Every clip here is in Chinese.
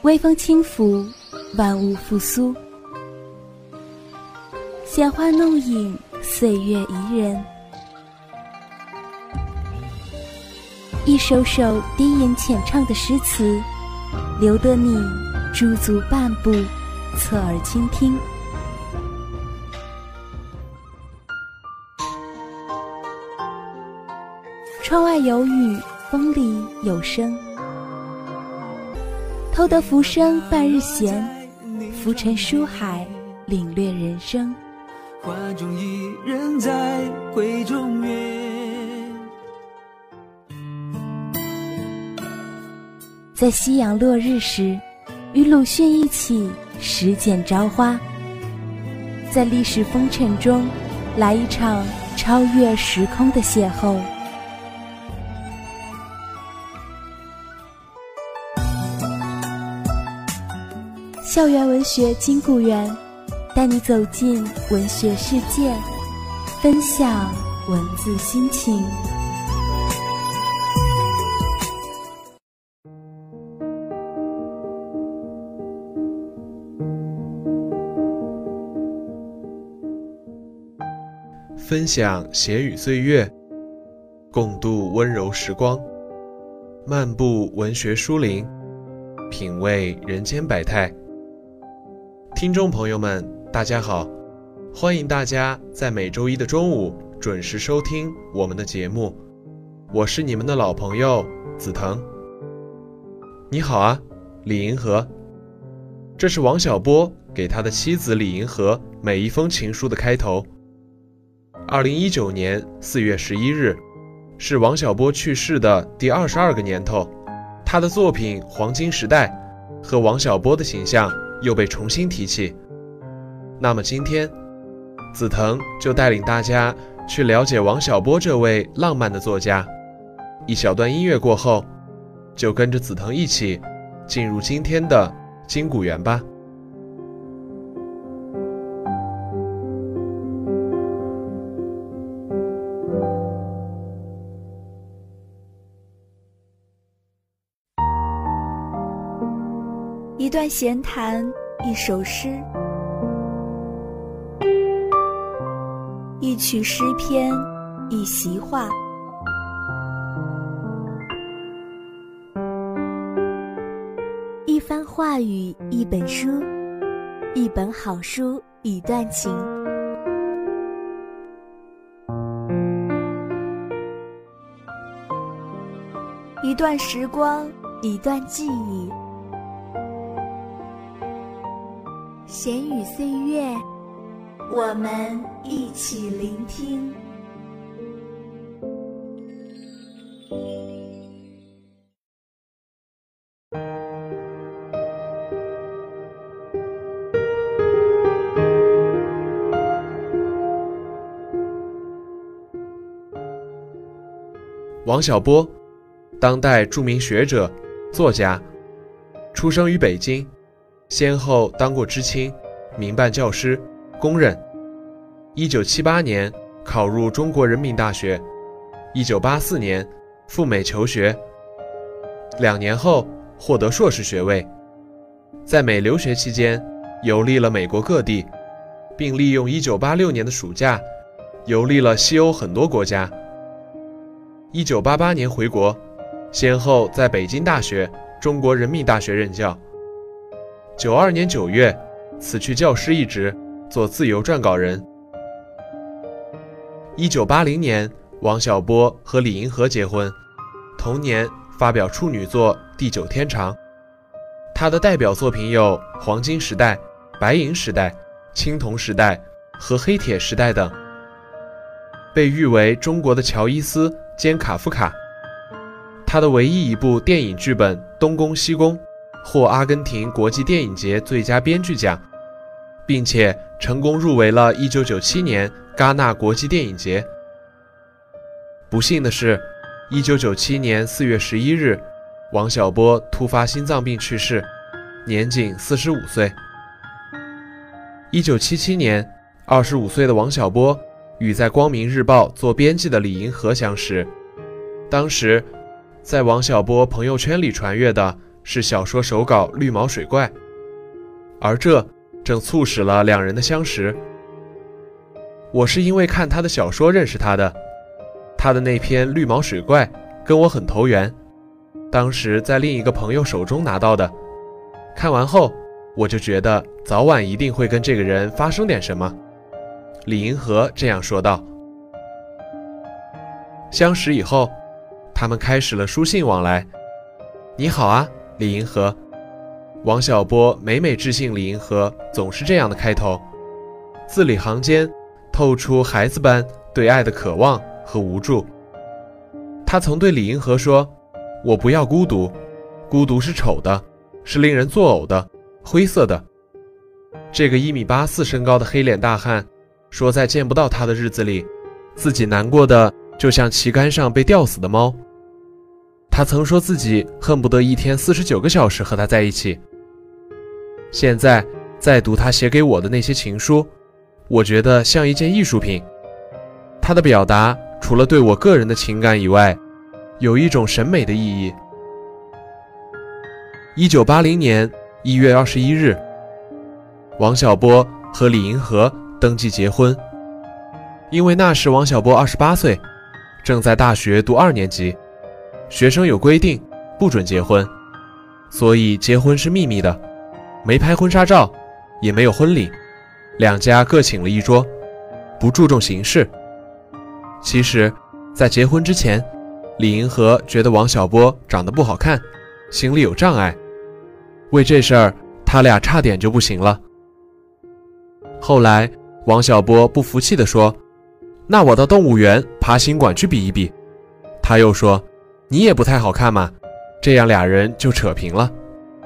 微风轻拂，万物复苏。闲花弄影，岁月宜人。一首首低吟浅唱的诗词，留得你驻足半步，侧耳倾听。窗外有雨，风里有声。偷得浮生半日闲，浮沉书海，领略人生。 画中一人在闺中月。 在夕阳落日时，与鲁迅一起拾捡朝花。在历史风尘中，来一场超越时空的邂逅。校园文学金谷园，带你走进文学世界，分享文字心情。 分享写语岁月，共度温柔时光，漫步文学书林，品味人间百态。听众朋友们，大家好，欢迎大家在每周一的中午准时收听我们的节目，我是你们的老朋友紫藤。你好啊，李银河。这是王小波给他的妻子李银河每一封情书的开头。2019年4月11日，是王小波去世的第22个年头，他的作品《黄金时代》和王小波的形象又被重新提起。那么今天，紫藤就带领大家去了解王小波这位浪漫的作家。一小段音乐过后，就跟着紫藤一起进入今天的金谷园吧。 一段闲谈，一首诗，一曲诗篇，一席话。 一番话语，一本书，一本好书，一段情。 一段时光，一段记忆。 闲语岁月，我们一起聆听。 王小波，当代著名学者、作家，出生于北京，先后当过知青、民办教师、工人。1978年考入中国人民大学，1984年赴美求学，2年后获得硕士学位。在美留学期间，游历了美国各地，并利用1986年的暑假，游历了西欧很多国家。1988年回国，先后在北京大学、中国人民大学任教。92年9月辞去教师一职，做自由撰稿人。1980年，王小波和李银河结婚，同年发表处女作《地久天长》。他的代表作品有《黄金时代》、《白银时代》、《青铜时代》和《黑铁时代》等，被誉为中国的乔伊斯兼卡夫卡。他的唯一一部电影剧本《东宫西宫》获阿根廷国际电影节最佳编剧奖，并且成功入围了1997年戛纳国际电影节。不幸的是，1997年4月11日，王小波突发心脏病去世，年仅45岁。1977年，25岁的王小波与在光明日报做编辑的李银河相识。当时在王小波朋友圈里传阅的是小说手稿《绿毛水怪》，而这正促使了两人的相识。我是因为看他的小说认识他的，他的那篇《绿毛水怪》跟我很投缘，当时在另一个朋友手中拿到的。看完后，我就觉得早晚一定会跟这个人发生点什么。李银河这样说道。相识以后，他们开始了书信往来。你好啊，李银河。王小波每致信李银河总是这样的开头，字里行间透出孩子般对爱的渴望和无助。他曾对李银河说，我不要孤独，孤独是丑的，是令人作呕的，灰色的。这个1.84米身高的黑脸大汉说，在见不到他的日子里，自己难过的就像旗杆上被吊死的猫。他曾说自己恨不得一天49个小时和他在一起。现在再读他写给我的那些情书，我觉得像一件艺术品。他的表达除了对我个人的情感以外，有一种审美的意义。1980年1月21日，王小波和李银河登记结婚。因为那时王小波28岁，正在大学读2年级，学生有规定不准结婚，所以结婚是秘密的，没拍婚纱照，也没有婚礼，两家各请了一桌，不注重形式。其实在结婚之前，李银河觉得王小波长得不好看，心里有障碍，为这事儿他俩差点就不行了。后来王小波不服气地说，那我到动物园爬行馆去比一比。他又说，你也不太好看嘛，这样俩人就扯平了。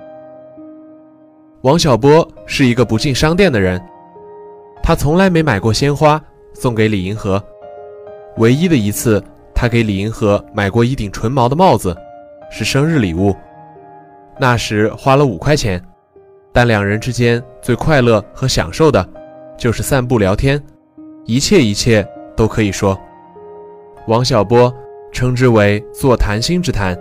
王小波是一个不进商店的人，他从来没买过鲜花送给李银河，唯一的一次他给李银河买过一顶纯毛的帽子，是生日礼物，那时花了5块钱，但两人之间最快乐和享受的就是散步聊天，一切都可以说。王小波称之为座谈心之谈。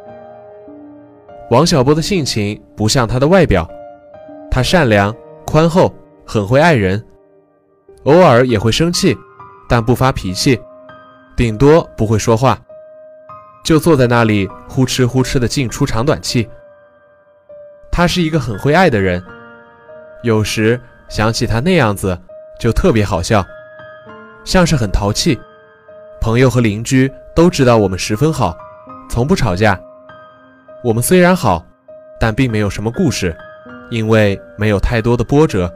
王小波的性情不像他的外表，他善良宽厚，很会爱人，偶尔也会生气，但不发脾气，顶多不会说话，就坐在那里呼哧呼哧地进出长短气。他是一个很会爱的人，有时想起他那样子就特别好笑，像是很淘气。朋友和邻居都知道我们十分好，从不吵架。我们虽然好，但并没有什么故事，因为没有太多的波折。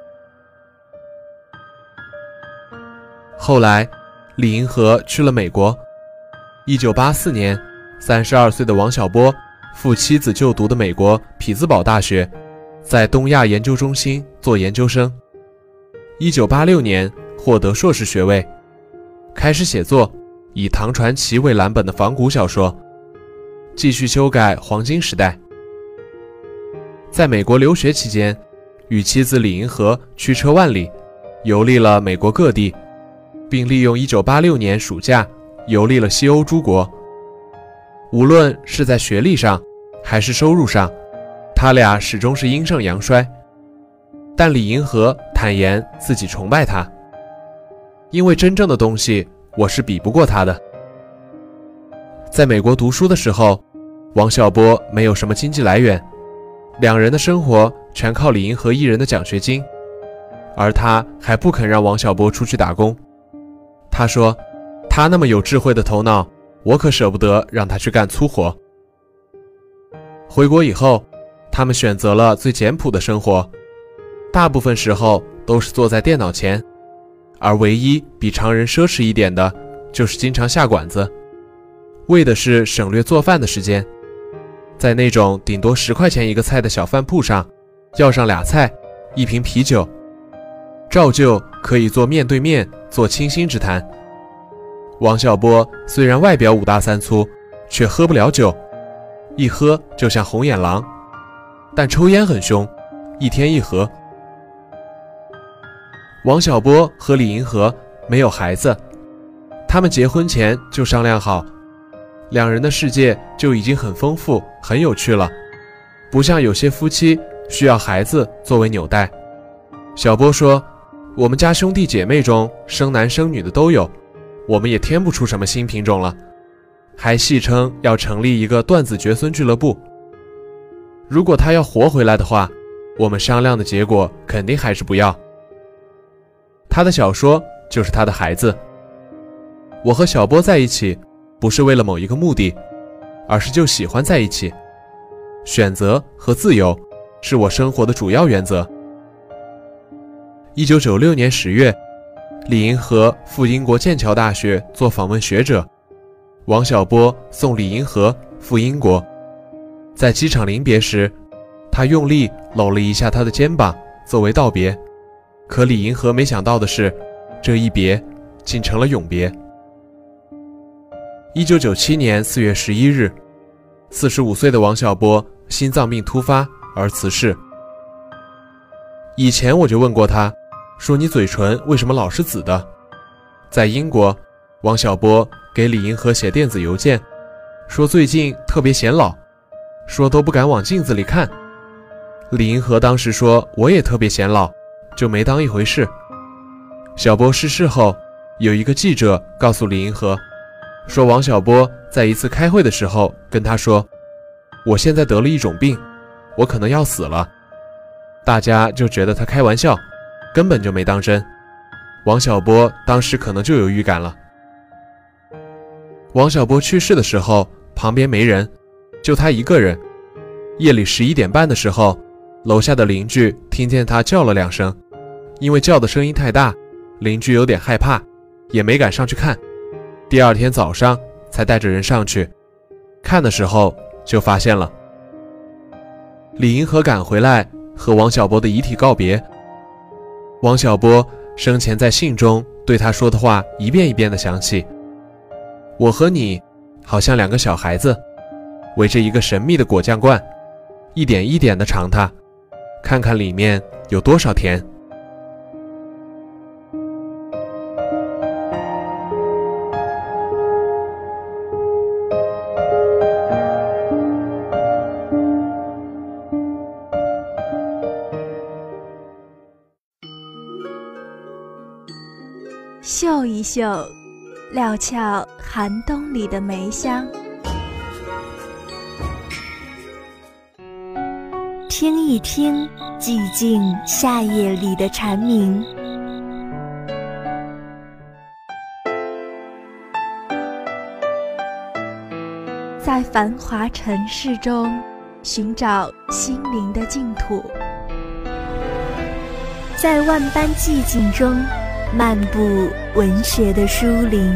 后来李银河去了美国。1984年，32岁的王小波赴妻子就读的美国匹兹堡大学，在东亚研究中心做研究生。1986年获得硕士学位，开始写作以唐传奇为蓝本的仿古小说，继续修改黄金时代。在美国留学期间，与妻子李银河驱车万里，游历了美国各地，并利用1986年暑假游历了西欧诸国。无论是在学历上还是收入上，他俩始终是阴盛阳衰。但李银河坦言自己崇拜他，因为真正的东西我是比不过他的。在美国读书的时候，王小波没有什么经济来源，两人的生活全靠李银河一人的奖学金，而他还不肯让王小波出去打工。他说，他那么有智慧的头脑，我可舍不得让他去干粗活。回国以后，他们选择了最简朴的生活，大部分时候都是坐在电脑前，而唯一比常人奢侈一点的就是经常下馆子，为的是省略做饭的时间。在那种顶多10块钱一个菜的小饭铺上，要上2菜1瓶啤酒，照旧可以做面对面做倾心之谈。王小波虽然外表5大3粗，却喝不了酒，一喝就像红眼狼，但抽烟很凶，1天1盒。王小波和李银河没有孩子，他们结婚前就商量好，两人的世界就已经很丰富很有趣了， 不像有些夫妻需要孩子作为纽带。小波说，我们家兄弟姐妹中生男生女的都有，我们也添不出什么新品种了，还戏称要成立一个断子绝孙俱乐部。如果他要活回来的话，我们商量的结果肯定还是不要。他的小说就是他的孩子。我和小波在一起不是为了某一个目的，而是就喜欢在一起。选择和自由是我生活的主要原则。1996年10月，李银河赴英国剑桥大学做访问学者，王小波送李银河赴英国。在机场临别时，他用力搂了一下他的肩膀作为道别，可李银河没想到的是，这一别竟成了永别。1997年4月11日，45岁的王小波心脏病突发而辞世。以前我就问过他，说你嘴唇为什么老是紫的？在英国，王小波给李银河写电子邮件，说最近特别显老，说都不敢往镜子里看。李银河当时说我也特别显老，就没当一回事。小波逝世后，有一个记者告诉李银河，说王小波在一次开会的时候跟他说，我现在得了一种病，我可能要死了。大家就觉得他开玩笑，根本就没当真。王小波当时可能就有预感了。王小波去世的时候，旁边没人，就他一个人。夜里11点半的时候，楼下的邻居听见他叫了2声，因为叫的声音太大，邻居有点害怕，也没敢上去看。第二天早上才带着人上去，看的时候就发现了。李银河赶回来和王小波的遗体告别。王小波生前在信中对他说的话一遍一遍地想起，我和你好像2个小孩子，围着一个神秘的果酱罐，一点一点地尝它，看看里面有多少甜。 嗅一嗅，料峭寒冬里的梅香； 听一听，寂静夏夜里的蝉鸣。 在繁华尘世中，寻找心灵的净土； 在万般寂静中，漫步文学的书林。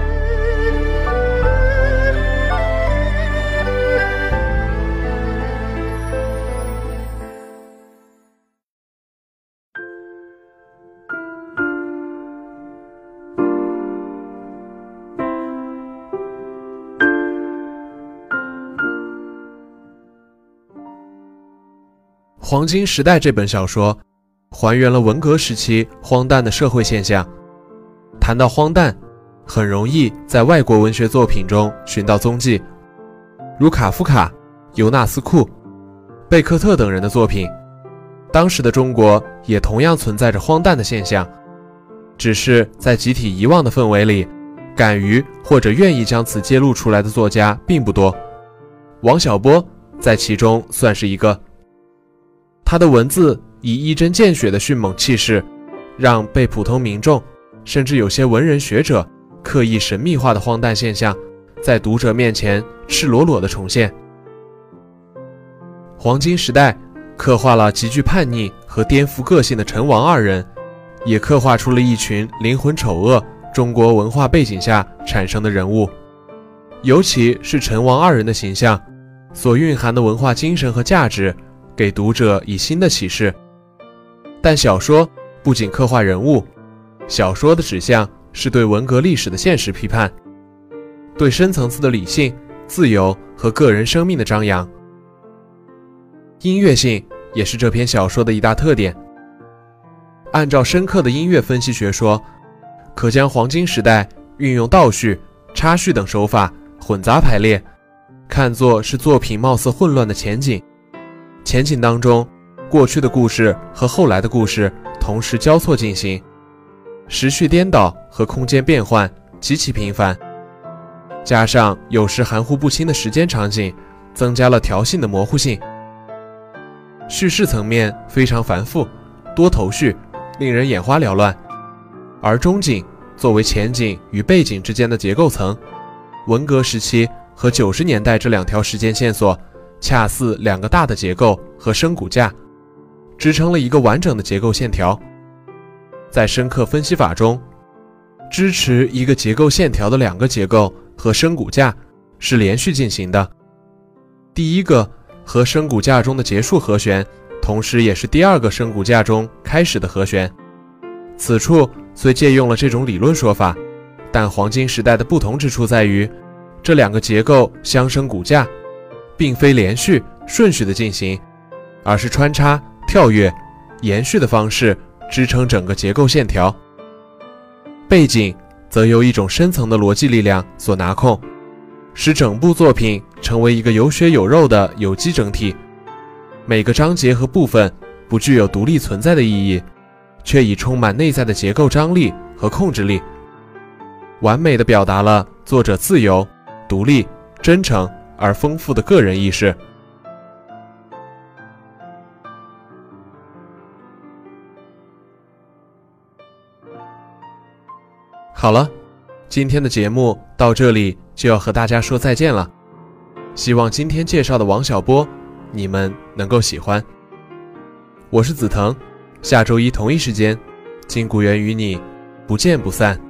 《黄金时代》这本小说还原了文革时期荒诞的社会现象。谈到荒诞，很容易在外国文学作品中寻到踪迹，如卡夫卡、尤纳斯库、贝克特等人的作品。当时的中国也同样存在着荒诞的现象，只是在集体遗忘的氛围里，敢于或者愿意将此揭露出来的作家并不多。王小波在其中算是一个。他的文字以一针见血的迅猛气势，让被普通民众甚至有些文人学者刻意神秘化的荒诞现象在读者面前赤裸裸地重现。黄金时代刻画了极具叛逆和颠覆个性的陈王二人，也刻画出了一群灵魂丑恶中国文化背景下产生的人物。尤其是陈王二人的形象所蕴含的文化精神和价值，给读者以新的启示。但小说不仅刻画人物，小说的指向是对文革历史的现实批判，对深层次的理性、自由和个人生命的张扬。音乐性也是这篇小说的一大特点。按照深刻的音乐分析学说，可将黄金时代运用倒叙、插叙等手法混杂排列，看作是作品貌似混乱的前景， 前景当中，过去的故事和后来的故事同时交错进行，时序颠倒和空间变换极其频繁，加上有时含糊不清的时间场景，增加了调性的模糊性。叙事层面非常繁复，多头绪，令人眼花缭乱。而中景作为前景与背景之间的结构层，文革时期和90年代这2条时间线索恰似2个大的结构和升骨架，支撑了一个完整的结构线条。在深刻分析法中，支持一个结构线条的2个结构和升骨架是连续进行的。第一个和升骨架中的结束和弦，同时也是第2个升骨架中开始的和弦。此处虽借用了这种理论说法，但黄金时代的不同之处在于，这2个结构相升骨架并非连续顺序的进行，而是穿插、跳跃、延续的方式支撑整个结构线条。背景则由一种深层的逻辑力量所拿控，使整部作品成为一个有血有肉的有机整体。每个章节和部分不具有独立存在的意义，却已充满内在的结构张力和控制力，完美地表达了作者自由、独立、真诚而丰富的个人意识。好了，今天的节目到这里就要和大家说再见了。希望今天介绍的王小波你们能够喜欢。我是紫藤，下周一同一时间，金谷园与你不见不散。